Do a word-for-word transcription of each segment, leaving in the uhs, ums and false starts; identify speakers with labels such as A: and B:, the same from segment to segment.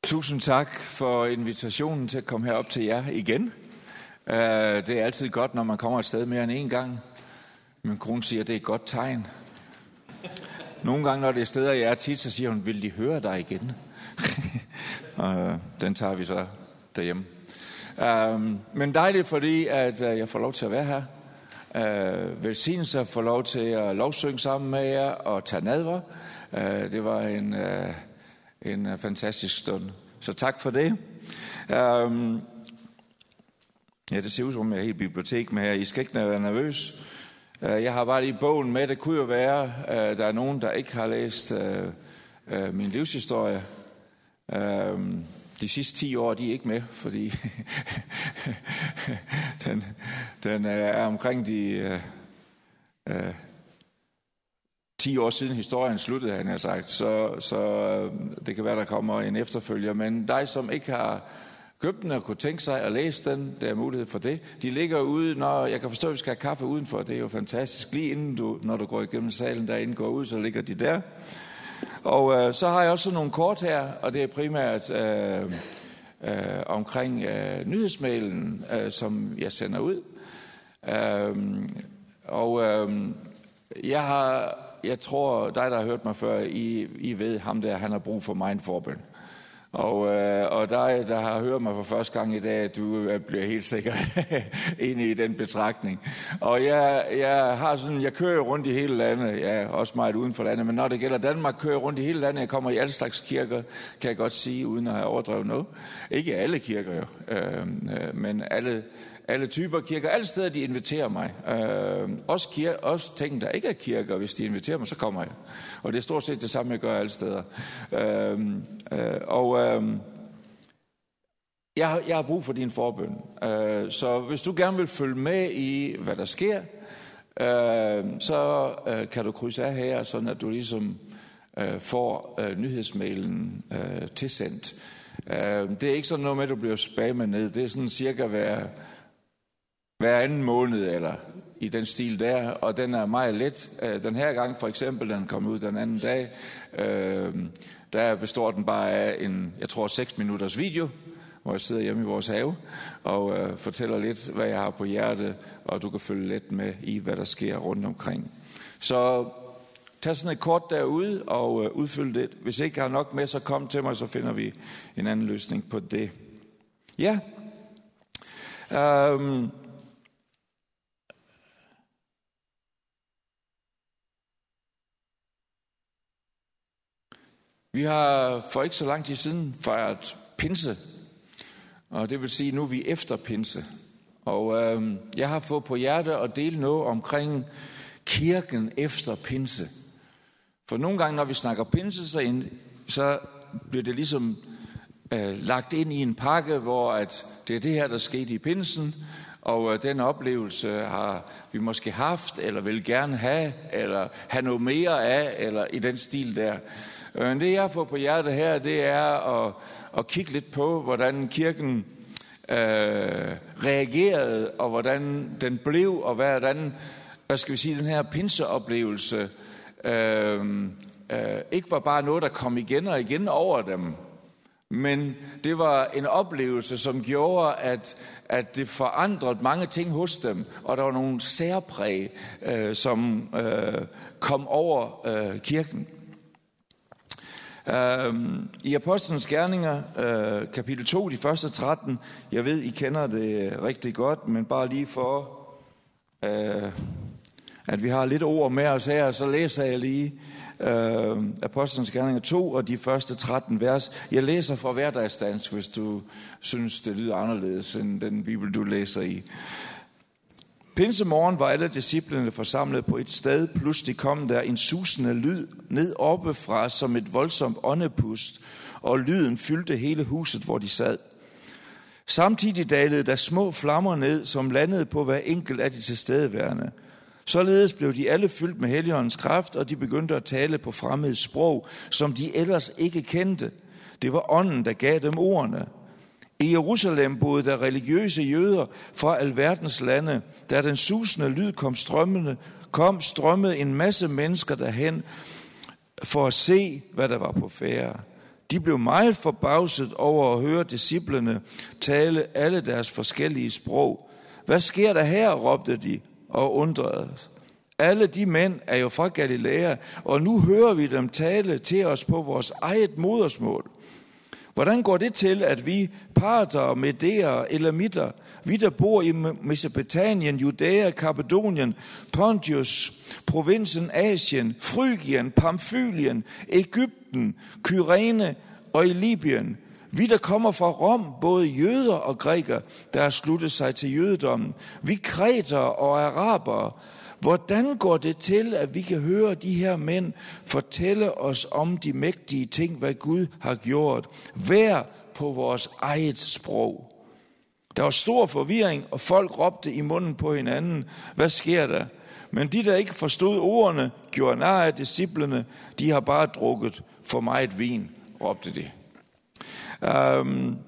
A: Tusind tak for invitationen til at komme herop til jer igen. Det er altid godt, når man kommer et sted mere end en gang. Min kone siger, at det er et godt tegn. Nogle gange, når det er steder, jeg er tit, så siger hun, vil de høre dig igen? Og den tager vi så derhjemme. Men dejligt, fordi at jeg får lov til at være her. Velsignelse at få lov til at lovsynge sammen med jer og tage nadver. Det var en... En fantastisk stund. Så tak for det. Um, ja, det ser ud som, jeg er helt bibliotek med her. I skal ikke være nervøs. Uh, jeg har bare lige bogen med. Det kunne jo være, uh, der er nogen, der ikke har læst uh, uh, min livshistorie. Uh, de sidste ti år, de er ikke med, fordi den, den er omkring de... Uh, uh, ti år siden historien sluttede, han har sagt, så, så det kan være, der kommer en efterfølger. Men dig, som ikke har købt den og kunne tænke sig at læse den, der er mulighed for det. De ligger ude, når jeg kan forstå, at vi skal have kaffe udenfor. Det er jo fantastisk. Lige inden du, når du går igennem salen derinde, går ud, så ligger de der. Og øh, så har jeg også nogle kort her, og det er primært øh, øh, omkring øh, nyhedsmailen, øh, som jeg sender ud. Øh, og øh, jeg har... Jeg tror, dig, der har hørt mig før, I, I ved ham der, han har brug for mindforbøn. Og, øh, og dig, der har hørt mig for første gang i dag, du bliver helt sikkert enig i den betragtning. Og jeg, jeg har sådan, jeg kører rundt i hele landet, ja, også meget uden for landet, men når det gælder Danmark, kører jeg rundt i hele landet. Jeg kommer i alle slags kirker, kan jeg godt sige, uden at have overdrevet noget. Ikke alle kirker jo, øh, øh, men alle... Alle typer kirker, alle steder, de inviterer mig. Øh, også, kir- også ting, der ikke er kirker, hvis de inviterer mig, så kommer jeg. Og det er stort set det samme, jeg gør alle steder. Øh, øh, og øh, jeg, jeg har brug for din forbøn. Øh, så hvis du gerne vil følge med i, hvad der sker, øh, så øh, kan du krydse af her, sådan at du ligesom øh, får øh, nyhedsmailen øh, tilsendt. Øh, det er ikke sådan noget med, at du bliver spammet ned. Det er sådan cirka hver... hver anden måned, eller i den stil der, og den er meget let. Den her gang for eksempel, den kom ud den anden dag, øh, der består den bare af en, jeg tror, seks minutters video, hvor jeg sidder hjemme i vores have, og øh, fortæller lidt, hvad jeg har på hjerte, og du kan følge lidt med i, hvad der sker rundt omkring. Så tag sådan et kort derude, og øh, udfyld det. Hvis I ikke har nok med, så kom til mig, så finder vi en anden løsning på det. Ja. Um, Vi har for ikke så lang tid siden fejret pinse, og det vil sige, nu er vi efter pinse. Og øh, jeg har fået på hjerte at dele noget omkring kirken efter pinse. For nogle gange, når vi snakker pinse, så, ind, så bliver det ligesom øh, lagt ind i en pakke, hvor at det er det her, der skete i pinsen, og øh, den oplevelse har vi måske haft, eller vil gerne have, eller have noget mere af, eller i den stil der. Men det, jeg har fået på hjertet her, det er at, at kigge lidt på, hvordan kirken øh, reagerede, og hvordan den blev, og hvordan, hvad skal vi sige, den her pinseoplevelse øh, øh, ikke var bare noget, der kom igen og igen over dem, men det var en oplevelse, som gjorde, at, at det forandrede mange ting hos dem, og der var nogle særpræg, øh, som øh, kom over øh, kirken. Uh, I Apostlenes Gerninger, uh, kapitel to, de første tretten, jeg ved, I kender det rigtig godt, men bare lige for, uh, at vi har lidt ord med os her, så læser jeg lige uh, Apostlenes Gerninger to og de første tretten vers. Jeg læser fra hverdagsdansk, hvis du synes, det lyder anderledes end den bibel, du læser i. Pinsemorgen var alle disciplene forsamlet på et sted. Pludselig kom der en susende lyd ned oppefra som et voldsomt åndepust, og lyden fyldte hele huset, hvor de sad. Samtidig dalede der små flammer ned, som landede på hver enkelt af de tilstedeværende. Således blev de alle fyldt med Helligåndens kraft, og de begyndte at tale på fremmede sprog, som de ellers ikke kendte. Det var ånden, der gav dem ordene. I Jerusalem boede der religiøse jøder fra alverdens lande. Da den susende lyd kom strømmende, kom strømmede en masse mennesker derhen for at se, hvad der var på færde. De blev meget forbavset over at høre disciplene tale alle deres forskellige sprog. Hvad sker der her, råbte de og undrede. Alle de mænd er jo fra Galilea, og nu hører vi dem tale til os på vores eget modersmål. Hvordan går det til, at vi parter, medæer, elamitter, vi der bor i Mesopotamien, Judæa, Kappadonien, Pontius, provinsen Asien, Frygien, Pamfylien, Egypten, Kyrene og i Libyen, vi der kommer fra Rom, både jøder og grækere, der har sluttet sig til jødedommen, vi kreter og arabere, hvordan går det til, at vi kan høre de her mænd fortælle os om de mægtige ting, hvad Gud har gjort, hver på vores eget sprog? Der var stor forvirring, og folk råbte i munden på hinanden, hvad sker der? Men de, der ikke forstod ordene, gjorde nar af disciplene, de har bare drukket for meget vin, råbte de. Um,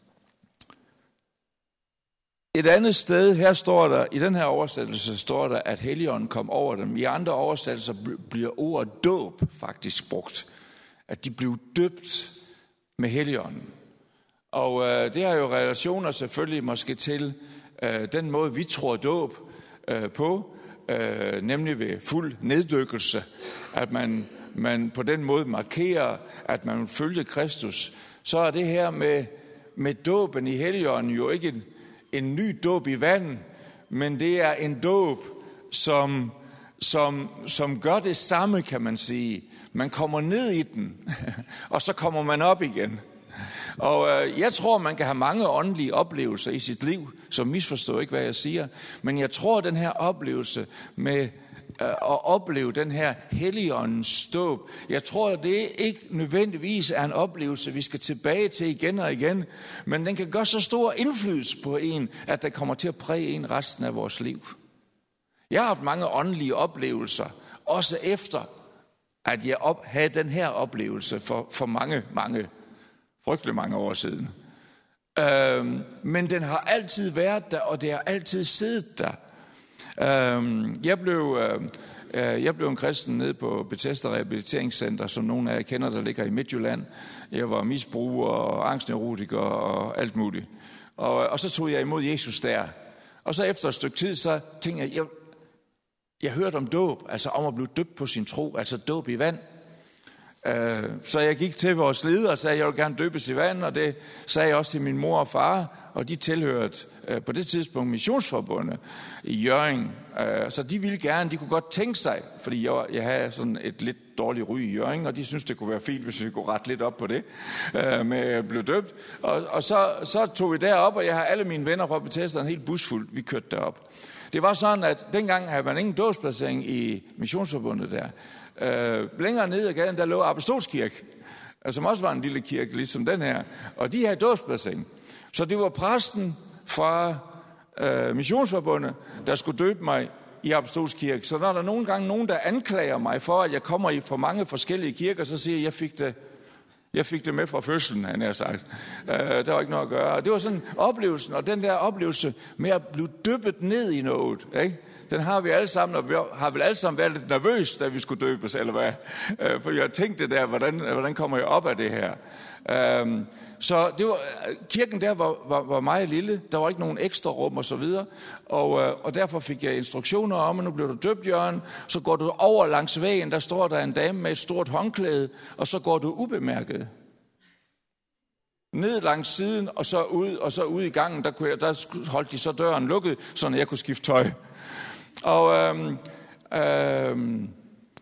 A: Et andet sted, her står der, i den her oversættelse står der, at Helligånden kom over dem. I andre oversættelser bliver ordet dåb faktisk brugt. At de blev døbt med Helligånden. Og øh, det har jo relationer selvfølgelig måske til øh, den måde, vi tror dåb øh, på, øh, nemlig ved fuld neddykkelse. At man, man på den måde markerer, at man følger Kristus. Så er det her med, med dåben i Helligånden jo ikke en En ny dåb i vand, men det er en dåb, som, som, som gør det samme, kan man sige. Man kommer ned i den, og så kommer man op igen. Og øh, jeg tror, man kan have mange åndelige oplevelser i sit liv, så misforstår ikke, hvad jeg siger. Men jeg tror, at den her oplevelse med at opleve den her Helligåndens dåb, jeg tror, at det ikke nødvendigvis er en oplevelse, vi skal tilbage til igen og igen, men den kan gøre så stor indflydelse på en, at det kommer til at præge en resten af vores liv. Jeg har haft mange åndelige oplevelser, også efter, at jeg op, havde den her oplevelse for, for mange, mange, frygtelig mange år siden. Øhm, men den har altid været der, og det har altid siddet der. Jeg blev, jeg blev en kristen nede på Bethesda Rehabiliteringscenter, som nogle af jer kender, der ligger i Midtjylland. Jeg var misbruger og angstneurotiker og alt muligt. Og, og så tog jeg imod Jesus der. Og så efter et stykke tid, så tænkte jeg, jeg, jeg hørte om dåb, altså om at blive døbt på sin tro, altså dåb i vand. Så jeg gik til vores leder og sagde, at jeg ville gerne døbes i vand, og det sagde jeg også til min mor og far, og de tilhørte på det tidspunkt Missionsforbundet i Hjørring. Så de ville gerne, de kunne godt tænke sig, fordi jeg, jeg havde sådan et lidt dårligt ry i Hjørring, og de syntes, det kunne være fint, hvis vi kunne rette lidt op på det med at blive døbt. Og, og så, så tog vi derop, og jeg har alle mine venner fra Bethesda en helt bus fuld, vi kørte derop. Det var sådan, at dengang havde man ingen dåbsplacering i Missionsforbundet der. Øh, længere ned ad gaden, der lå Apostolskirke, som også var en lille kirke, ligesom den her. Og de havde dåbsplacering. Så det var præsten fra øh, Missionsforbundet, der skulle døbe mig i Apostolskirke. Så når der nogle gange nogen, der anklager mig for, at jeg kommer i for mange forskellige kirker, så siger jeg, at jeg fik det, jeg fik det med fra fødslen, han har sagt. Øh, der var ikke noget at gøre. Og det var sådan oplevelsen, og den der oplevelse med at blive dyppet ned i noget, ikke? Den har vi alle sammen, og vi har vel alle sammen været lidt nervøse, da vi skulle døbes, eller hvad? Øh, for jeg tænkte der, hvordan, hvordan kommer jeg op af det her? Øh, så det var, kirken der var, var, var meget lille, der var ikke nogen ekstra rum og så videre, og, øh, og derfor fik jeg instruktioner om, at nu bliver du døbt, Jørgen, så går du over langs vejen, der står der en dame med et stort håndklæde, og så går du ubemærket ned langs siden, og så ud, og så ud i gangen, der, kunne jeg, der holdt de så døren lukket, så jeg kunne skifte tøj. Og, øhm, øhm,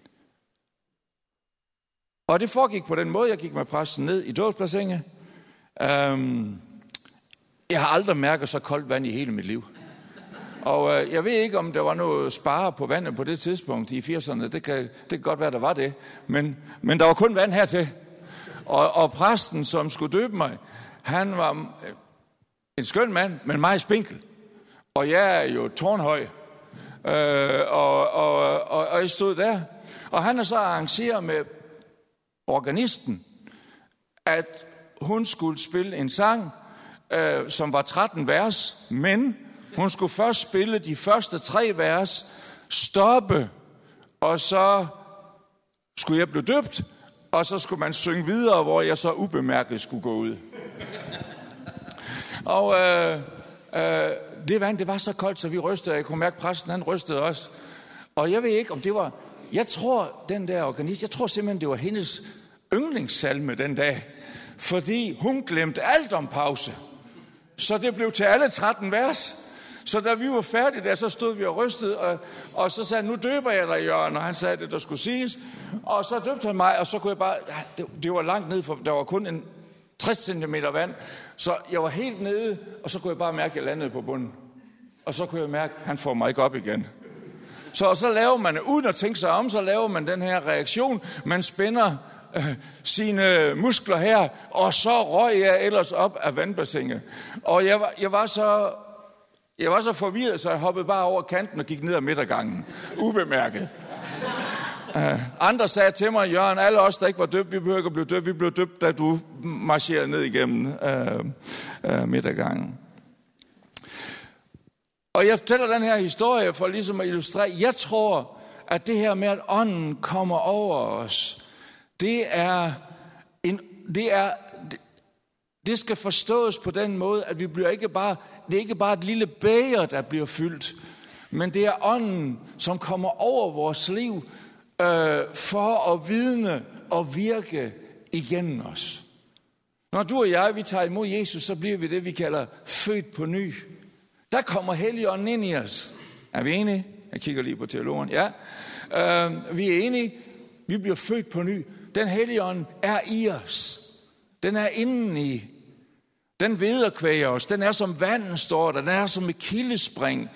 A: og det foregik på den måde, jeg gik med præsten ned i dåbsbassinet. Øhm, jeg har aldrig mærket så koldt vand i hele mit liv. Og øh, jeg ved ikke, om der var noget spare på vandet på det tidspunkt i firserne. Det kan, det kan godt være, der var det. Men, men der var kun vand hertil. Og, og præsten, som skulle døbe mig, han var en skøn mand, men meget spinkel. Og jeg er jo tårnhøj. Øh, og, og, og, og jeg stod der. Og han har så arrangeret med organisten, at hun skulle spille en sang, øh, som var tretten vers, men hun skulle først spille de første tre vers, stoppe, og så skulle jeg blive døbt, og så skulle man synge videre, hvor jeg så ubemærket skulle gå ud. Og øh, øh, det vand, det var så koldt, så vi rystede. Jeg kunne mærke, at præsten, han rystede også. Og jeg ved ikke, om det var... Jeg tror, den der organist, jeg tror simpelthen, det var hendes yndlingssalme den dag. Fordi hun glemte alt om pause. Så det blev til alle tretten vers. Så da vi var færdige der, så stod vi og rystede, og, og så sagde han, nu døber jeg dig, Jørgen, og han sagde det, der skulle siges. Og så døbte han mig, og så kunne jeg bare, ja, det, det var langt ned, for der var kun en tres centimeter vand, så jeg var helt nede, og så kunne jeg bare mærke, at jeg landede på bunden. Og så kunne jeg mærke, at han får mig ikke op igen. Så, og så laver man, uden at tænke sig om, så laver man den her reaktion, man spænder øh, sine muskler her, og så røg jeg ellers op af vandbassinet. Og jeg var, jeg var så... Jeg var så forvirret, så jeg hoppede bare over kanten og gik ned ad midtergangen. Ubemærket. Uh, andre sagde til mig, Jørgen, alle os, der ikke var døbt, vi behøver ikke at blive døbt. Vi blev døbt, da du marcherede ned igennem uh, uh, midtergangen. Og jeg fortæller den her historie for ligesom at illustrere. Jeg tror, at det her med, at ånden kommer over os, det er en... Det er, Det skal forstås på den måde, at vi bliver ikke bare, det er ikke bare et lille bæger, der bliver fyldt, men det er ånden, som kommer over vores liv øh, for at vidne og virke igennem os. Når du og jeg, vi tager imod Jesus, så bliver vi det, vi kalder født på ny. Der kommer Helligånden ind i os. Er vi enige? Jeg kigger lige på teologen. Ja. Øh, vi er enige. Vi bliver født på ny. Den Helligånd er i os. Den er indeni. Den vederkvæger os. Den er som vandet står der. Den er som et kildespring,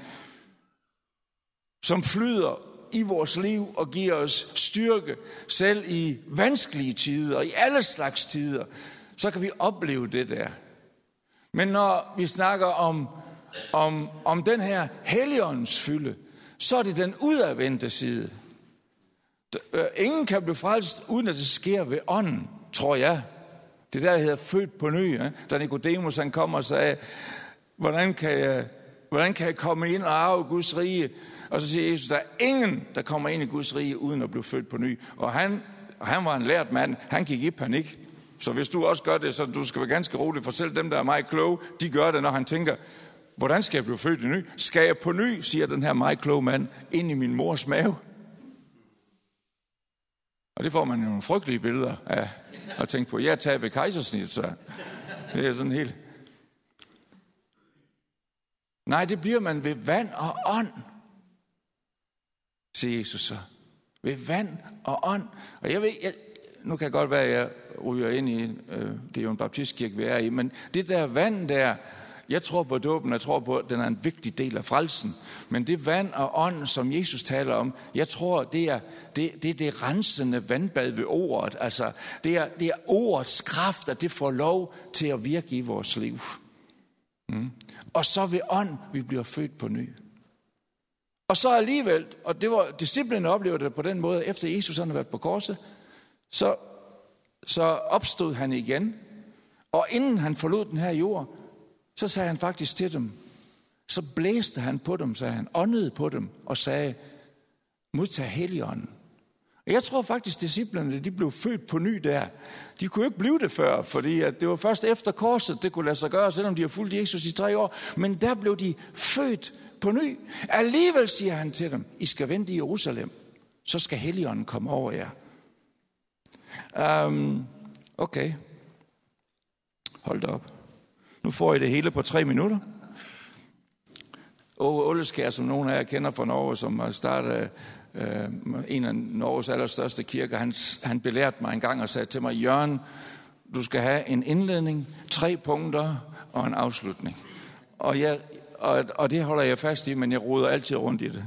A: som flyder i vores liv og giver os styrke. Selv i vanskelige tider, i alle slags tider, så kan vi opleve det der. Men når vi snakker om, om, om den her Helligåndens fylde, så er det den udadvendte side. Ingen kan blive frelst, uden at det sker ved ånden, tror jeg. Det der hedder født på ny. Ja? Da Nikodemus han kom og sagde, hvordan kan, jeg, hvordan kan jeg komme ind og arve Guds rige? Og så siger Jesus, der er ingen, der kommer ind i Guds rige, uden at blive født på ny. Og han, han var en lært mand, han gik i panik. Så hvis du også gør det, så du skal være ganske rolig, for selv dem, der er meget kloge, de gør det, når han tænker, hvordan skal jeg blive født i ny? Skal jeg på ny, siger den her meget kloge mand, ind i min mors mave? Og det får man jo nogle frygtelige billeder af at tænke på. Jeg er taget ved kejsersnit, så det er sådan helt... Nej, det bliver man ved vand og ånd, siger Jesus så. Ved vand og ånd. Og jeg ved, jeg, nu kan det godt være, at jeg ryger ind i, øh, det er jo en baptistkirke, vi er i, men det der vand der, jeg tror på dåben, jeg tror på, at den er en vigtig del af frelsen. Men det vand og ånd, som Jesus taler om, jeg tror, det er det, det, er det rensende vandbad ved ordet. Altså, det er, det er ordets kraft, at det får lov til at virke i vores liv. Mm. Og så ved ånd, vi bliver født på ny. Og så alligevel, og det var disciplene oplevede det på den måde, efter Jesus han havde været på korset, så, så opstod han igen. Og inden han forlod den her jord, så sagde han faktisk til dem, så blæste han på dem, sagde han, åndede på dem og sagde, modtag Helligånden. Og jeg tror faktisk, disciplerne, de blev født på ny der. De kunne ikke blive det før, fordi at det var først efter korset, det kunne lade sig gøre, selvom de har fulgt Jesus i tre år. Men der blev de født på ny. Alligevel siger han til dem, I skal vente i Jerusalem, så skal Helligånden komme over jer. Um, okay. Hold da op. Nu får I det hele på tre minutter. Åge Olleskær, som nogen af jer kender fra Norge, som har startet øh, en af Norges allerstørste kirker, han, han belærte mig en gang og sagde til mig, Jørgen, du skal have en indledning, tre punkter og en afslutning. Og, jeg, og, og det holder jeg fast i, men jeg roder altid rundt i det.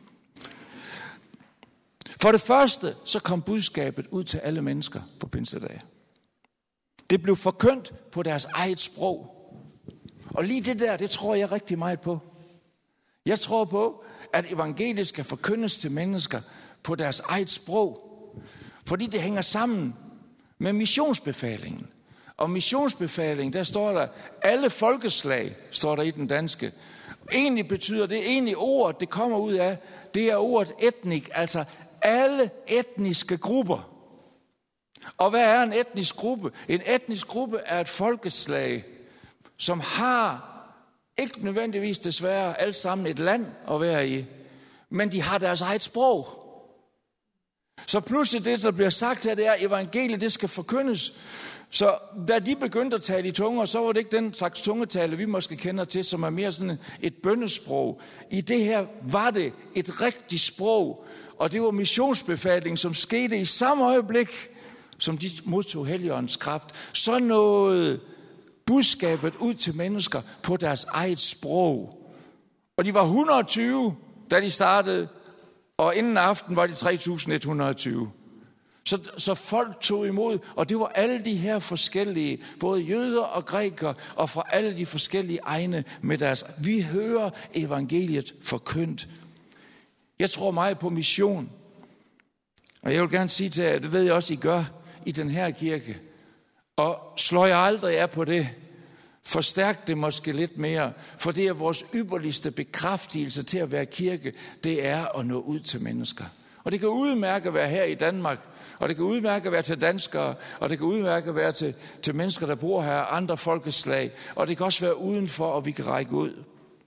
A: For det første, så kom budskabet ud til alle mennesker på pinsedag. Det blev forkyndt på deres eget sprog. Og lige det der, det tror jeg rigtig meget på. Jeg tror på, at evangeliet skal forkyndes til mennesker på deres eget sprog. Fordi det hænger sammen med missionsbefalingen. Og missionsbefalingen, der står der, alle folkeslag, står der i den danske. Egentlig betyder det, egentlig ordet, det kommer ud af, det er ordet etnik, altså alle etniske grupper. Og hvad er en etnisk gruppe? En etnisk gruppe er et folkeslag, som har, ikke nødvendigvis desværre, alt sammen et land at være i, men de har deres eget sprog. Så pludselig det, der bliver sagt her, det er, at evangeliet, det skal forkyndes. Så da de begyndte at tale i tunger, så var det ikke den slags tungetale, vi måske kender til, som er mere sådan et bønnesprog. I det her var det et rigtigt sprog, og det var missionsbefaling, som skete i samme øjeblik, som de modtog Helligåndens kraft. Så nåede budskabet ud til mennesker på deres eget sprog. Og de var et hundrede og tyve, da de startede, og inden aften var de tre tusind et hundrede og tyve. Så, så folk tog imod, og det var alle de her forskellige, både jøder og grækere, og fra alle de forskellige egne med deres. Vi hører evangeliet forkyndt. Jeg tror meget på mission, og jeg vil gerne sige til jer, det ved jeg også, I gør i den her kirke. Og slår jeg aldrig af på det, forstærk det måske lidt mere, for det er vores ypperligste bekræftelse til at være kirke, det er at nå ud til mennesker. Og det kan udmærke at være her i Danmark, og det kan udmærke at være til danskere, og det kan udmærke at være til, til mennesker, der bor her, andre folkeslag, og det kan også være udenfor, og vi kan række ud.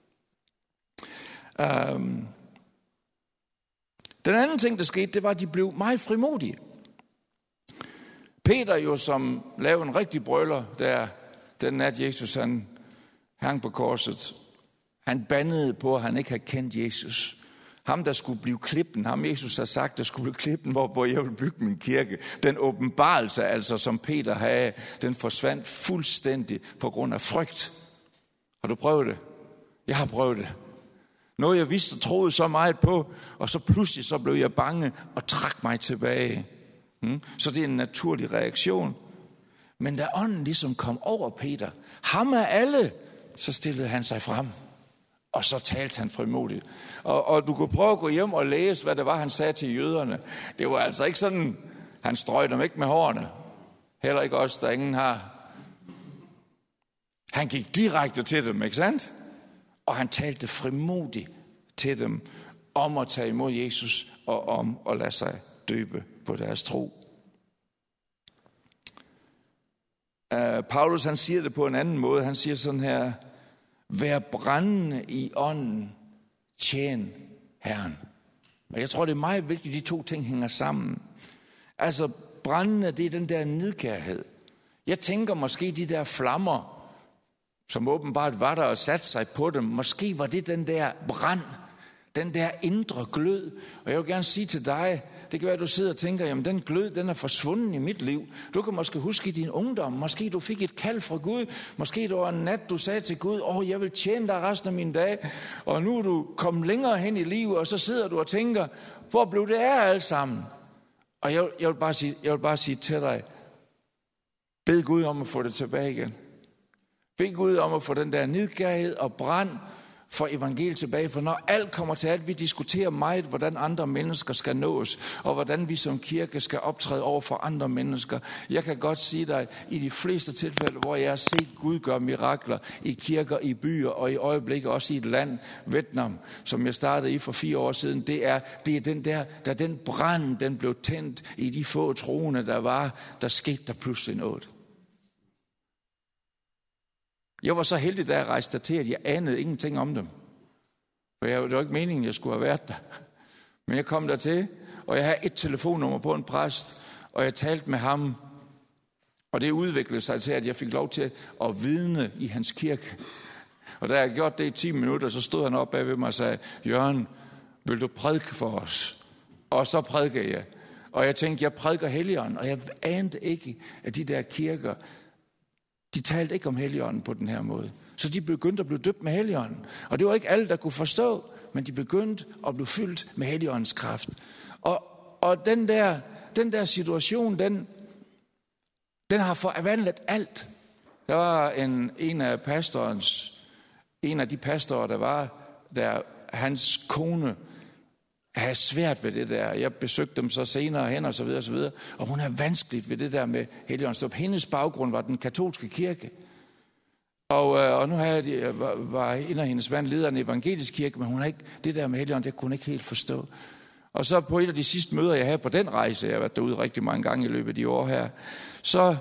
A: Um, den anden ting, der skete, det var, at de blev meget frimodige. Peter jo, som lavede en rigtig brøler, der den nat Jesus han hang på korset, han bandede på, at han ikke havde kendt Jesus. Ham, der skulle blive klippen, ham Jesus har sagt, der skulle blive klippen, hvorpå jeg vil bygge min kirke. Den åbenbarelse, altså, som Peter havde, den forsvandt fuldstændig på grund af frygt. Har du prøvet det? Jeg har prøvet det. Noget, jeg vidste og troede så meget på, og så pludselig så blev jeg bange og trak mig tilbage. Så det er en naturlig reaktion. Men da ånden ligesom kom over Peter, ham af alle, så stillede han sig frem. Og så talte han frimodigt. Og, og du kunne prøve at gå hjem og læse, hvad det var, han sagde til jøderne. Det var altså ikke sådan, han strøg dem ikke med hårene. Heller ikke os, der ingen har. Han gik direkte til dem, ikke sandt? Og han talte frimodigt til dem om at tage imod Jesus og om at lade sig døbe på deres tro. Uh, Paulus, han siger det på en anden måde. Han siger sådan her: vær brændende i ånden, tjen Herren. Og jeg tror, det er meget vigtigt, at de to ting hænger sammen. Altså, brændende, det er den der nidkærhed. Jeg tænker måske, de der flammer, som åbenbart var der og satte sig på dem, måske var det den der brand, den der indre glød. Og jeg vil gerne sige til dig, det kan være, at du sidder og tænker, jamen den glød, den er forsvundet i mit liv. Du kan måske huske i din ungdom, måske du fik et kald fra Gud, måske det var en nat, du sagde til Gud, åh, jeg vil tjene dig resten af mine dage, og nu er du kommet længere hen i livet, og så sidder du og tænker, hvor blev det af alt sammen? Og jeg, jeg, vil bare sige, jeg vil bare sige til dig, bed Gud om at få det tilbage igen. Bed Gud om at få den der nidkærhed og brand for evangeliet tilbage, for når alt kommer til alt, vi diskuterer meget, hvordan andre mennesker skal nås, og hvordan vi som kirke skal optræde over for andre mennesker. Jeg kan godt sige dig, i de fleste tilfælde, hvor jeg har set Gud gøre mirakler i kirker, i byer, og i øjeblikket også i et land, Vietnam, som jeg startede i for fire år siden, det er, det er den der, der den brand, den blev tændt i de få troende, der var, der skete der pludselig noget. Jeg var så heldig, da jeg rejste til, at jeg anede ingenting om dem. For jeg, det var ikke meningen, at jeg skulle have været der. Men jeg kom dertil, og jeg havde et telefonnummer på en præst, og jeg talte med ham. Og det udviklede sig til, at jeg fik lov til at vidne i hans kirke. Og da jeg havde gjort det i ti minutter, så stod han op bag ved mig og sagde, Jørgen, vil du prædike for os? Og så prædikede jeg. Og jeg tænkte, jeg prædiker Helligånden, og jeg anede ikke, at de der kirker, de talte ikke om Helligånden på den her måde. Så de begyndte at blive døbt med Helligånden. Og det var ikke alle, der kunne forstå, men de begyndte at blive fyldt med Helligåndens kraft. Og, og den, der, den der situation, den, den har forvandlet alt. Der var en, en af pastorens, en af de pastorer, der var, der hans kone havde svært ved det der. Jeg besøgte dem så senere hen og så videre og så videre. Og hun er vanskeligt ved det der med Helligåndens. Hendes baggrund var den katolske kirke. Og, og nu har jeg, var, var en af hendes mand leder af en evangelisk kirke, men hun har ikke, det der med Helligånden, det kunne hun ikke helt forstå. Og så på et af de sidste møder, jeg havde på den rejse, jeg har været derude rigtig mange gange i løbet af de år her, så,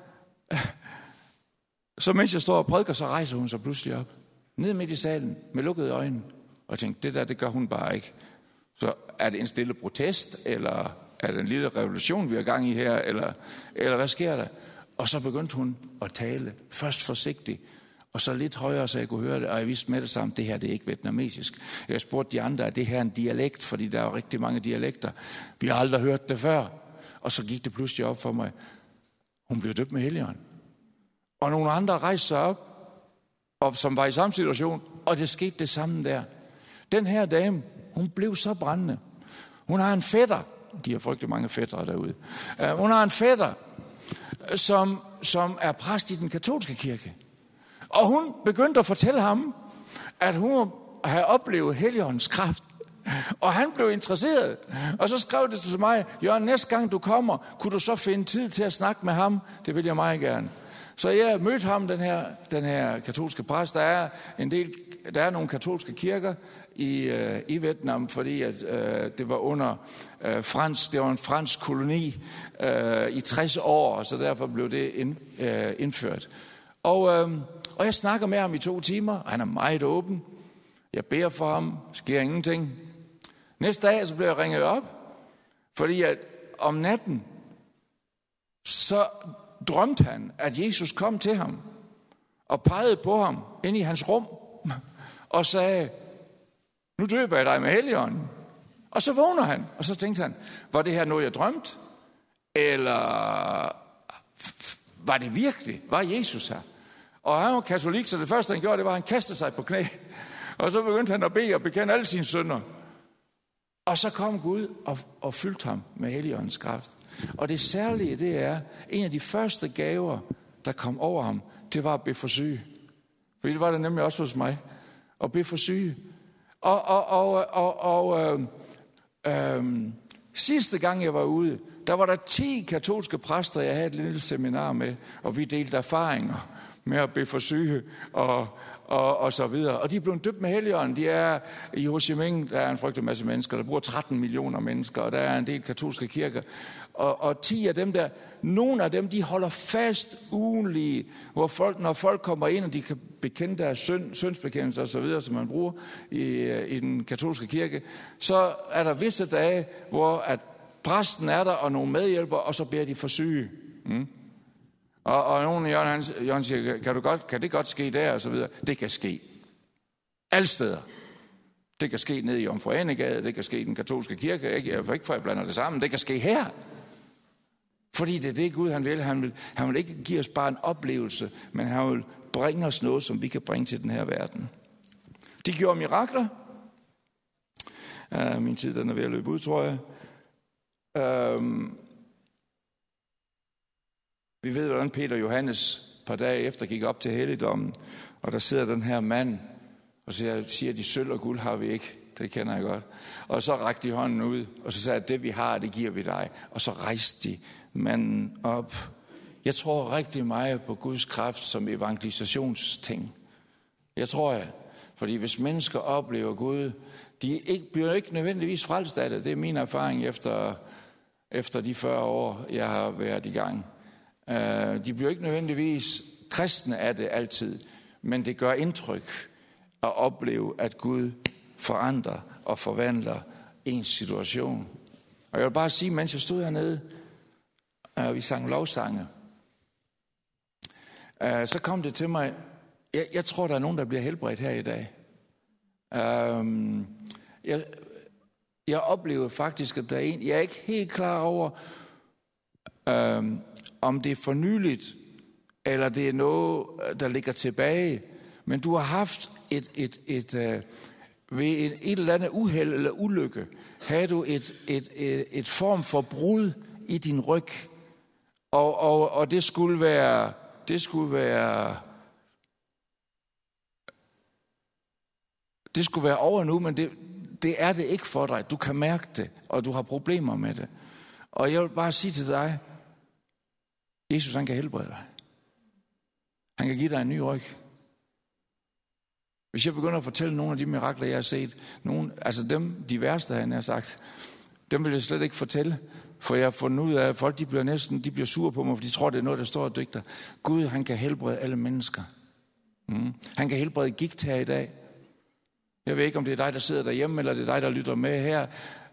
A: så mens jeg står og prædiker, så rejser hun sig pludselig op. Ned midt i salen med lukkede øjne. Og jeg tænkte, det der, det gør hun bare ikke. Så er det en stille protest, eller er det en lille revolution, vi er gang i her, eller, eller hvad sker der? Og så begyndte hun at tale, først forsigtigt, og så lidt højere, så jeg kunne høre det, og jeg vidste med det samme, det her det er ikke vietnamesisk. Jeg spurgte de andre, er det her en dialekt, fordi der er jo rigtig mange dialekter. Vi har aldrig hørt det før. Og så gik det pludselig op for mig. Hun blev døbt med Helligånden. Og nogle andre rejste sig op, og som var i samme situation, og det skete det samme der. Den her dame, hun blev så brændende. Hun har en fætter, de har frygtelig mange fættere derude. Uh, hun har en fætter, som, som er præst i den katolske kirke. Og hun begyndte at fortælle ham, at hun havde oplevet Helligåndens kraft. Og han blev interesseret. Og så skrev det til mig, Jørgen, næste gang du kommer, kunne du så finde tid til at snakke med ham? Det vil jeg meget gerne. Så jeg mødte ham, den her, den her katolske præst. Der er en del, der er nogle katolske kirker i, øh, i Vietnam, fordi at, øh, det var under øh, fransk, det var en fransk koloni øh, i tres år, så derfor blev det ind, øh, indført. Og, øh, og jeg snakker med ham i to timer. Han er meget åben. Jeg beder for ham. Sker ingenting. Næste dag så bliver jeg ringet op, fordi at om natten så drømte han, at Jesus kom til ham og pegede på ham ind i hans rum og sagde, nu døber jeg dig med Helligånden. Og så vågner han, og så tænkte han, var det her noget, jeg drømte? Eller var det virkelig? Var Jesus her? Og han var katolik, så det første han gjorde, det var, at han kastede sig på knæ. Og så begyndte han at bede og bekende alle sine synder. Og så kom Gud og, og fyldte ham med Helligåndens kraft. Og det særlige, det er, en af de første gaver, der kom over ham, det var at bede for syge. For det var det nemlig også hos mig. At bede for syge. Og, og, og, og, og øh, øh, sidste gang jeg var ude, der var der ti katolske præster, jeg havde et lille seminar med, og vi delte erfaringer med at bede for syge og, og, og så videre. Og de er blevet døbt med Helligånden. De er i Ho Chi Minh, der er en frygtelig masse mennesker, der bor tretten millioner mennesker, og der er en del katolske kirker. Og, og ti af dem der, nogle af dem, de holder fast ugenlige, hvor folk, når folk kommer ind, og de kan bekende deres synd, syndsbekendelse og så videre, som man bruger i, i den katolske kirke, så er der visse dage, hvor at præsten er der, og nogle medhjælpere, og så beder de for syge. Mm. Og, og nogen, Jørgen, han, Jørgen siger, kan, du godt, kan det godt ske der, og så videre. Det kan ske. Alle steder. Det kan ske nede i Jomfru Anegade, det kan ske i den katolske kirke, ikke? Jeg vil ikke for, at jeg blander det sammen. Det kan ske her. Fordi det er det, Gud han vil. Han vil, han vil ikke give os bare en oplevelse, men han vil bringe os noget, som vi kan bringe til den her verden. De gjorde mirakler. Uh, min tid den er ved at løbe ud, tror jeg. Uh, Vi ved, hvordan Peter Johannes et par dage efter gik op til helligdommen, og der sidder den her mand, og så siger de, sølv og guld har vi ikke. Det kender jeg godt. Og så rakte de hånden ud, og så sagde de, det vi har, det giver vi dig. Og så rejste de manden op. Jeg tror rigtig meget på Guds kraft som evangelisationsting. Jeg tror jeg. Fordi hvis mennesker oplever Gud, de ikke, bliver ikke nødvendigvis frelst af det. Det er min erfaring efter, efter de fyrre år, jeg har været i gang. De bliver ikke nødvendigvis kristne af det altid, men det gør indtryk at opleve, at Gud forandrer og forvandler ens situation. Og jeg vil bare sige, mens jeg stod hernede, og vi sang lovsange, så kom det til mig, jeg, jeg tror, der er nogen, der bliver helbredt her i dag. Jeg, jeg oplever faktisk, at der er en, jeg er ikke helt klar over, om det er for nyligt, eller det er noget, der ligger tilbage. Men du har haft et, et, et, et ved et, et eller andet uheld eller ulykke, havde du et, et, et, et form for brud i din ryg. Og, og, og det skulle være, det skulle være, det skulle være over nu, men det, det er det ikke for dig. Du kan mærke det, og du har problemer med det. Og jeg vil bare sige til dig, Jesus, han kan helbrede dig. Han kan give dig en ny ryg. Hvis jeg begynder at fortælle nogle af de mirakler, jeg har set, nogle, altså dem, de værste, han har sagt, dem vil jeg slet ikke fortælle. For jeg har fundet ud af, at folk de bliver næsten de bliver sure på mig, for de tror, det er noget, der står og digter. Gud, han kan helbrede alle mennesker. Mm. Han kan helbrede gigt her i dag. Jeg ved ikke, om det er dig, der sidder derhjemme, eller det er dig, der lytter med her.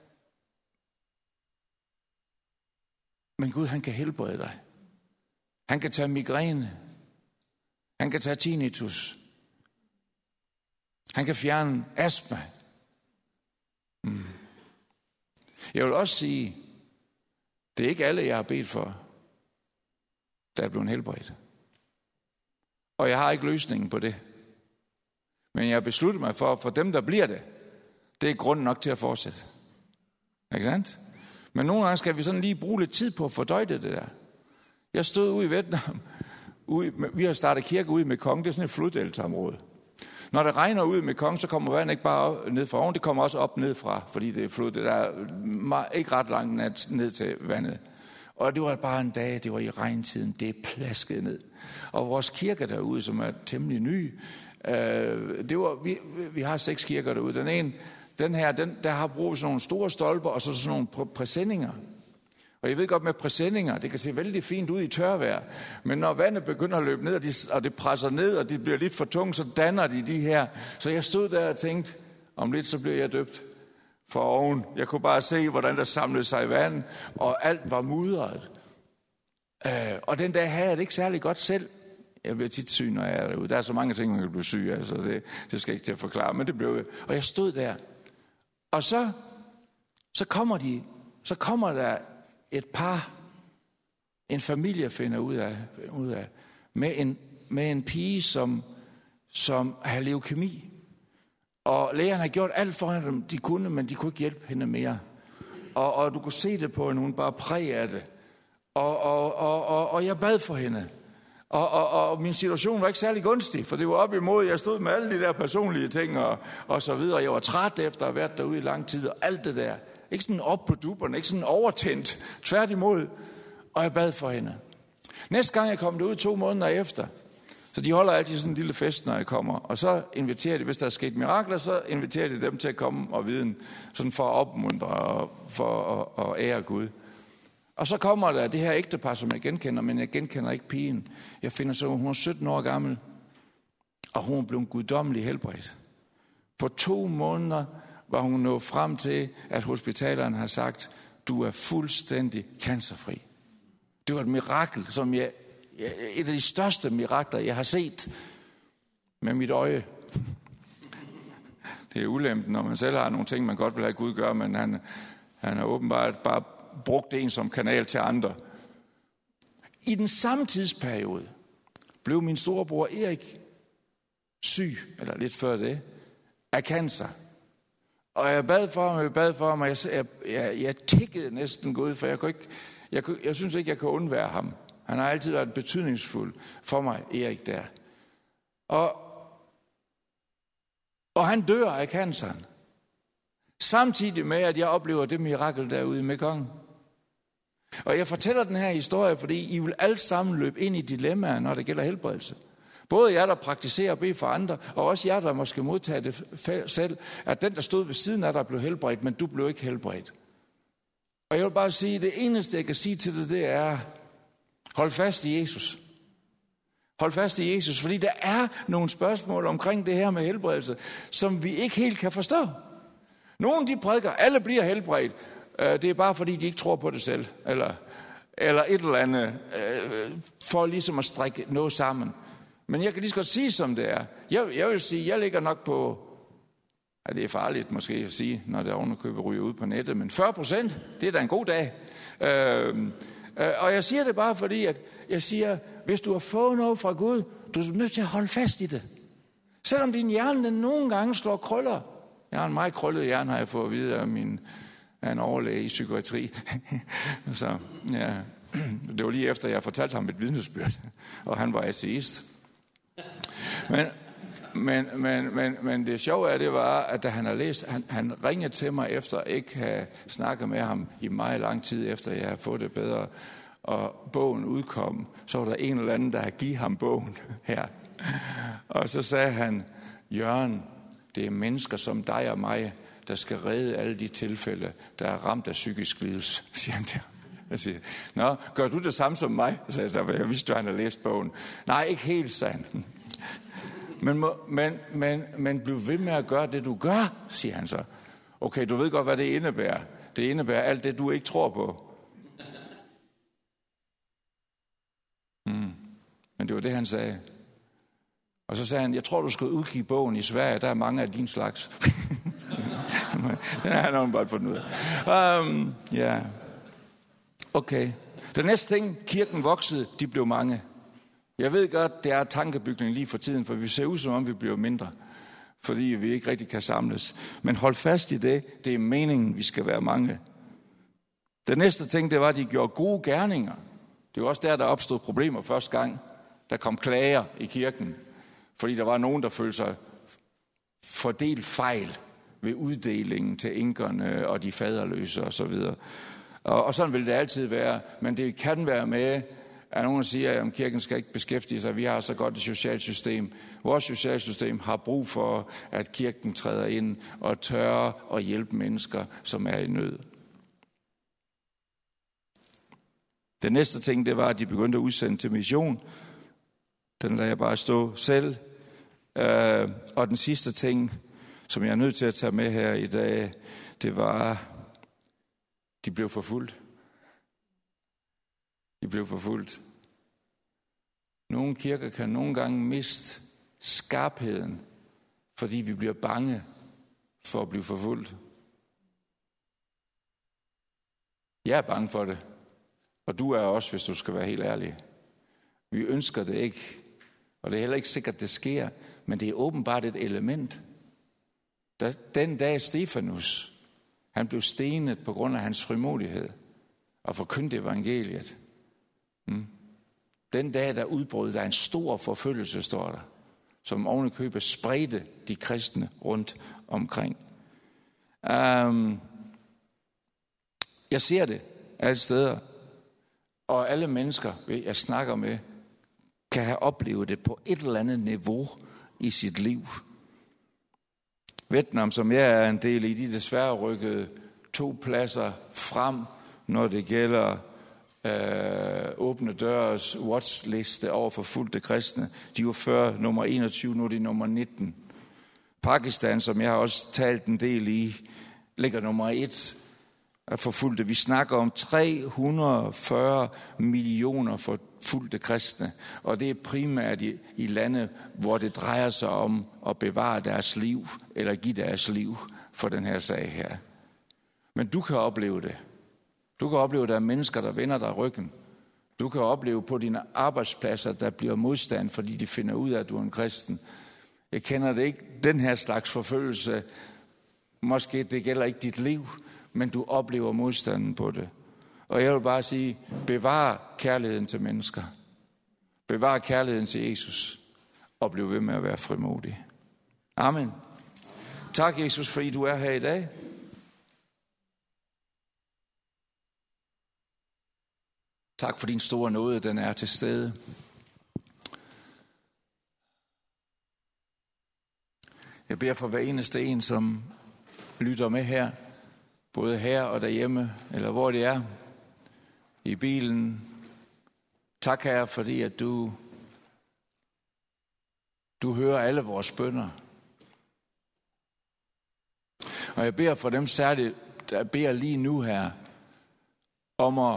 A: Men Gud, han kan helbrede dig. Han kan tage migræne. Han kan tage tinnitus. Han kan fjerne astma. Mm. Jeg vil også sige, det er ikke alle, jeg har bedt for, der er blevet helbredt. Og jeg har ikke løsningen på det. Men jeg har besluttet mig for, for dem, der bliver det, det er grund nok til at fortsætte. Ikke sandt? Men nogle gange skal vi sådan lige bruge lidt tid på at fordøje det der. Jeg stod ude i Vietnam. Ude, vi har startet kirke ude med Kong. Det er sådan et floddeltaområde. Når det regner ud med Kong, så kommer vandet ikke bare op, ned fra oven. Det kommer også op nedfra, fordi det er flod. Det er ikke ret langt ned til vandet. Og det var bare en dag, det var i regntiden. Det plaskede ned. Og vores kirker derude, som er temmelig nye, øh, det var, vi, vi har seks kirker derude. Den ene, den her, den, der har brug for sådan nogle store stolper, og så sådan nogle præsendinger. Og jeg ved godt med præsendinger, det kan se vældig fint ud i tørvejr, men når vandet begynder at løbe ned, og, de, og det presser ned, og det bliver lidt for tungt, så danner de de her. Så jeg stod der og tænkte, om lidt så bliver jeg døbt for oven. Jeg kunne bare se, hvordan der samlede sig i vand, og alt var mudret. Øh, og den dag havde jeg det ikke særlig godt selv. Jeg bliver tit syg, når jeg er derude. Der er så mange ting, man kan blive syg af, så det, det skal jeg ikke til at forklare, men det blev jeg. Og jeg stod der, og så, så kommer de, så kommer der et par, en familie finder ud af, ud af med, en, med en pige, som, som har leukemi. Og lægerne har gjort alt for dem, de kunne, men de kunne ikke hjælpe hende mere. Og, og du kunne se det på hende, hun bare præg af det. Og, og, og, og, og jeg bad for hende. Og, og, og min situation var ikke særlig gunstig, for det var op imod, jeg stod med alle de der personlige ting og, og så videre. Jeg var træt efter at have været derude i lang tid, og alt det der. Ikke sådan op på duberne, ikke sådan overtændt, tværtimod. Og jeg bad for hende. Næste gang jeg kom derud to måneder efter, så de holder altid sådan en lille fest, når jeg kommer. Og så inviterer de, hvis der er sket mirakler, så inviterer de dem til at komme og vide, sådan for at opmuntre og for at, at ære Gud. Og så kommer der det her ægtepar, som jeg genkender, men jeg genkender ikke pigen. Jeg finder så, hun er sytten år gammel, og hun er blevet guddommelig helbredt. På to måneder var hun nået frem til, at hospitalerne har sagt, du er fuldstændig cancerfri. Det var et mirakel, som jeg, et af de største mirakler, jeg har set med mit øje. Det er ulempen, når man selv har nogle ting, man godt vil have Gud gøre, men han, han har åbenbart bare brugt en som kanal til andre. I den samme tidsperiode blev min storebror Erik syg, eller lidt før det, af cancer. Og jeg bad for ham, jeg bad for ham, og jeg, jeg, jeg, jeg tikkede næsten Gud, for jeg kunne ikke, jeg, kunne, jeg synes ikke, jeg kan undvære ham. Han har altid været betydningsfuld for mig, Erik der. Og, og han dør af canceren. Samtidig med, at jeg oplever det mirakel derude i Mekong. Og jeg fortæller den her historie, fordi I vil alle sammen løbe ind i dilemmaer, når det gælder helbredelse. Både jer, der praktiserer og beder for andre, og også jer, der måske modtager det selv, at den, der stod ved siden af dig, blev helbredt, men du blev ikke helbredt. Og jeg vil bare sige, at det eneste, jeg kan sige til det, det er, hold fast i Jesus. Hold fast i Jesus, fordi der er nogle spørgsmål omkring det her med helbredelse, som vi ikke helt kan forstå. Nogle de prædiker, alle bliver helbredt. Det er bare fordi, de ikke tror på det selv. Eller, eller et eller andet, for ligesom at strikke noget sammen. Men jeg kan lige så godt sige, som det er. Jeg, jeg vil sige, jeg ligger nok på, ja, det er farligt måske at sige, når der ovenikøbet ryger ud på nettet, men fyrre procent, det er da en god dag. Øh, øh, og jeg siger det bare fordi, at jeg siger, hvis du har fået noget fra Gud, du er nødt til at holde fast i det. Selvom din hjerne den nogle gange slår krøller. Jeg har en meget krøllet hjerne, har jeg fået at vide af min af en overlæge i psykiatri. Så ja, det var lige efter, jeg fortalte ham et vidnesbyrd, og han var ateist. Men, men, men, men, men det sjove af det var, at da han har læst, han, han ringede til mig efter ikke have snakket med ham i meget lang tid efter, jeg havde fået det bedre, og bogen udkom, så var der en eller anden, der havde givet ham bogen her. Og så sagde han, Jørgen, det er mennesker som dig og mig, der skal redde alle de tilfælde, der er ramt af psykisk lidelse, siger han der. Jeg siger, nå, gør du det samme som mig? Så jeg, så, jeg vidste, du han havde læst bogen. Nej, ikke helt, sagde han. Men, må, men, men, men bliv ved med at gøre det, du gør, siger han så. Okay, du ved godt, hvad det indebærer. Det indebærer alt det, du ikke tror på. Mm. Men det var det, han sagde. Og så sagde han, jeg tror, du skal udgive bogen i Sverige. Der er mange af din slags. Den har han bare fundet ud af. Um, ja. Okay. Den næste ting, kirken voksede, de blev mange. Jeg ved godt, det er tankebygning lige for tiden, for vi ser ud som om, vi bliver mindre. Fordi vi ikke rigtig kan samles. Men hold fast i det. Det er meningen, vi skal være mange. Den næste ting, det var, at de gjorde gode gerninger. Det var også der, der opstod problemer første gang. Der kom klager i kirken. Fordi der var nogen, der følte sig fordelt fejl ved uddelingen til enkerne og de faderløse osv. Og, og sådan vil det altid være. Men det kan være med, at nogen siger, at kirken skal ikke beskæftige sig. Vi har så godt et socialt system. Vores sociale system har brug for, at kirken træder ind og tør og hjælpe mennesker, som er i nød. Den næste ting, det var, at de begyndte at udsende til mission. Den lader jeg bare stå selv. Uh, og den sidste ting, som jeg er nødt til at tage med her i dag, det var, de blev forfulgt. De blev forfulgt. Nogle kirker kan nogle gange miste skarpheden, fordi vi bliver bange for at blive forfulgt. Jeg er bange for det. Og du er også, hvis du skal være helt ærlig. Vi ønsker det ikke. Og det er heller ikke sikkert, det sker. Men det er åbenbart et element. Da, den dag Stefanus, han blev stenet på grund af hans frimodighed og forkyndte evangeliet. Mm. Den dag, der udbrød der en stor forfølgelse, står der, som oven i købet spredte de kristne rundt omkring. Um, jeg ser det alle steder. Og alle mennesker, jeg snakker med, kan have oplevet det på et eller andet niveau i sit liv. Vietnam, som jeg er en del i, de desværre rykket to pladser frem, når det gælder øh, åbne dørs watchliste over forfulgte kristne. De var før nummer enogtyve, nu er de nummer nitten. Pakistan, som jeg har også talt en del i, ligger nummer et. Er forfulgte. Vi snakker om tre hundrede og fyrre millioner forfulgte kristne, og det er primært i, i lande, hvor det drejer sig om at bevare deres liv, eller give deres liv for den her sag her. Men du kan opleve det. Du kan opleve, at der er mennesker, der vender dig ryggen. Du kan opleve på dine arbejdspladser, der bliver modstand, fordi de finder ud af, at du er en kristen. Jeg kender det ikke, den her slags forfølgelse. Måske det gælder ikke dit liv, men du oplever modstanden på det. Og jeg vil bare sige, bevar kærligheden til mennesker. Bevar kærligheden til Jesus. Og bliv ved med at være frimodig. Amen. Tak, Jesus, fordi du er her i dag. Tak for din store nåde, den er til stede. Jeg beder for hver eneste en, som lytter med her, både her og derhjemme, eller hvor det er, i bilen. Tak, Herre, fordi at du, du hører alle vores bønner. Og jeg beder for dem særligt, der beder lige nu her, om at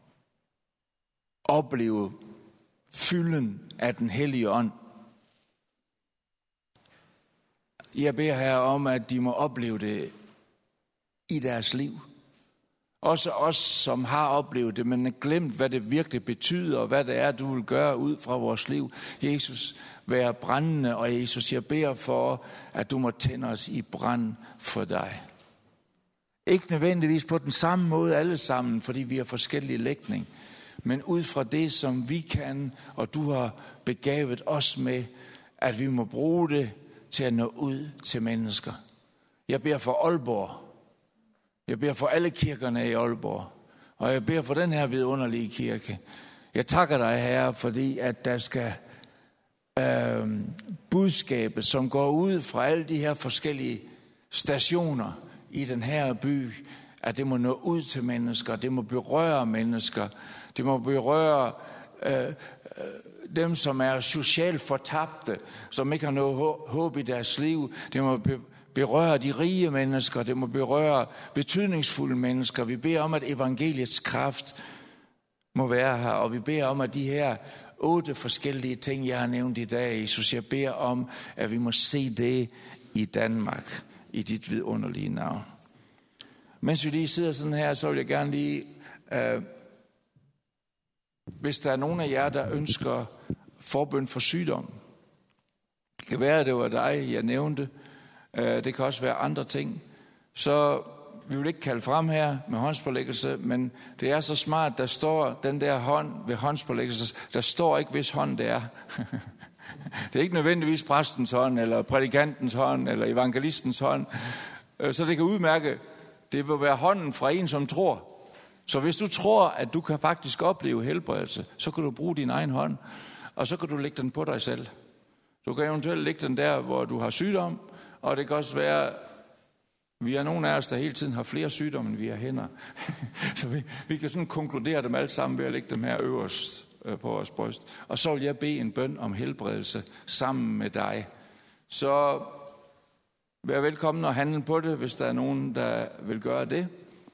A: opleve fylden af den hellige ånd. Jeg beder her om, at de må opleve det i deres liv. Også os, som har oplevet det, men glemt, hvad det virkelig betyder, og hvad det er, du vil gøre ud fra vores liv. Jesus, vær brændende, og Jesus, jeg beder for, at du må tænde os i brand for dig. Ikke nødvendigvis på den samme måde alle sammen, fordi vi har forskellige lægning, men ud fra det, som vi kan, og du har begavet os med, at vi må bruge det til at nå ud til mennesker. Jeg beder for Aalborg. Jeg beder for alle kirkerne i Aalborg. Og jeg beder for den her vidunderlige kirke. Jeg takker dig, Herre, fordi at der skal øh, budskabet, som går ud fra alle de her forskellige stationer, i den her by, at det må nå ud til mennesker, det må berøre mennesker, det må berøre øh, dem, som er socialt fortabte, som ikke har noget håb i deres liv. Det må berøre de rige mennesker, det må berøre betydningsfulde mennesker. Vi beder om, at evangeliets kraft må være her, og vi beder om, at de her otte forskellige ting, jeg har nævnt i dag, Jesus, jeg beder om, at vi må se det i Danmark, i dit vidunderlige navn. Mens vi lige sidder sådan her, så vil jeg gerne lige, øh, hvis der er nogen af jer, der ønsker forbøn for sygdom, det kan være, at det var dig, jeg nævnte, øh, det kan også være andre ting, så vi vil ikke kalde frem her med håndspålæggelse, men det er så smart, der står den der hånd ved håndspålæggelse, der står ikke, hvis hånd det er. Det er ikke nødvendigvis præstens hånd, eller prædikantens hånd, eller evangelistens hånd, så det kan udmærke, det vil være hånden fra en, som tror. Så hvis du tror, at du kan faktisk opleve helbredelse, så kan du bruge din egen hånd, og så kan du lægge den på dig selv. Du kan eventuelt lægge den der, hvor du har sygdom, og det kan også være, vi er nogle af os, der hele tiden har flere sygdomme, end vi har hænder. Så vi, vi kan sådan konkludere dem alle sammen ved at lægge dem her øverst øh, på vores bryst. Og så vil jeg bede en bøn om helbredelse sammen med dig. Så vær velkommen og handle på det, hvis der er nogen, der vil gøre det.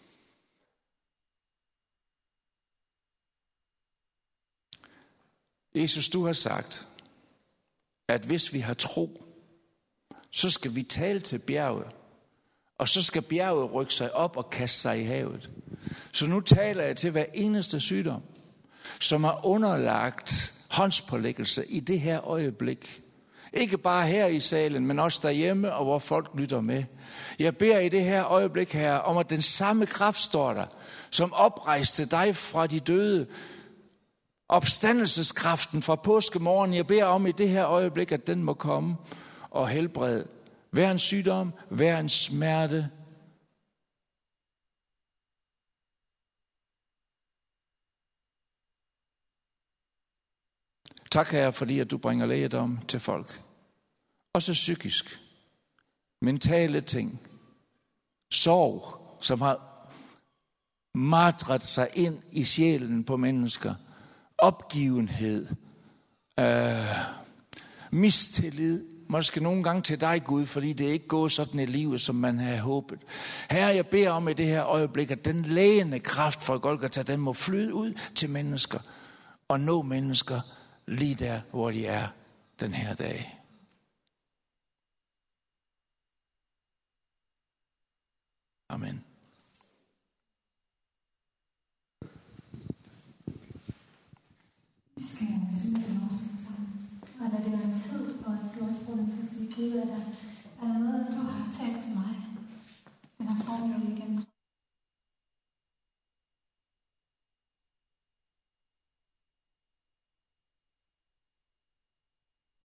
A: Jesus, du har sagt, at hvis vi har tro, så skal vi tale til bjerget, og så skal bjerget rykke sig op og kaste sig i havet. Så nu taler jeg til hver eneste sygdom, som er underlagt håndspålæggelse i det her øjeblik. Ikke bare her i salen, men også derhjemme, og hvor folk lytter med. Jeg beder i det her øjeblik her, om at den samme kraft står der, som oprejste dig fra de døde, opstandelseskraften fra påskemorgen. Jeg beder om i det her øjeblik, at den må komme og helbrede hver en sygdom, hver en smerte. Tak, Herre, fordi at du bringer lægedom til folk. Også psykisk. Mentale ting. Sorg, som har martret sig ind i sjælen på mennesker. Opgivenhed. Øh, mistillid. Måske nogle gange til dig, Gud, fordi det ikke går sådan i livet, som man havde håbet. Herre, jeg beder om i det her øjeblik, at den lægende kraft fra Golgata, den må flyde ud til mennesker og nå mennesker lige der, hvor de er den her dag. Amen.
B: Vi skal synge den afsnit sammen, og lad det være en tid, hvor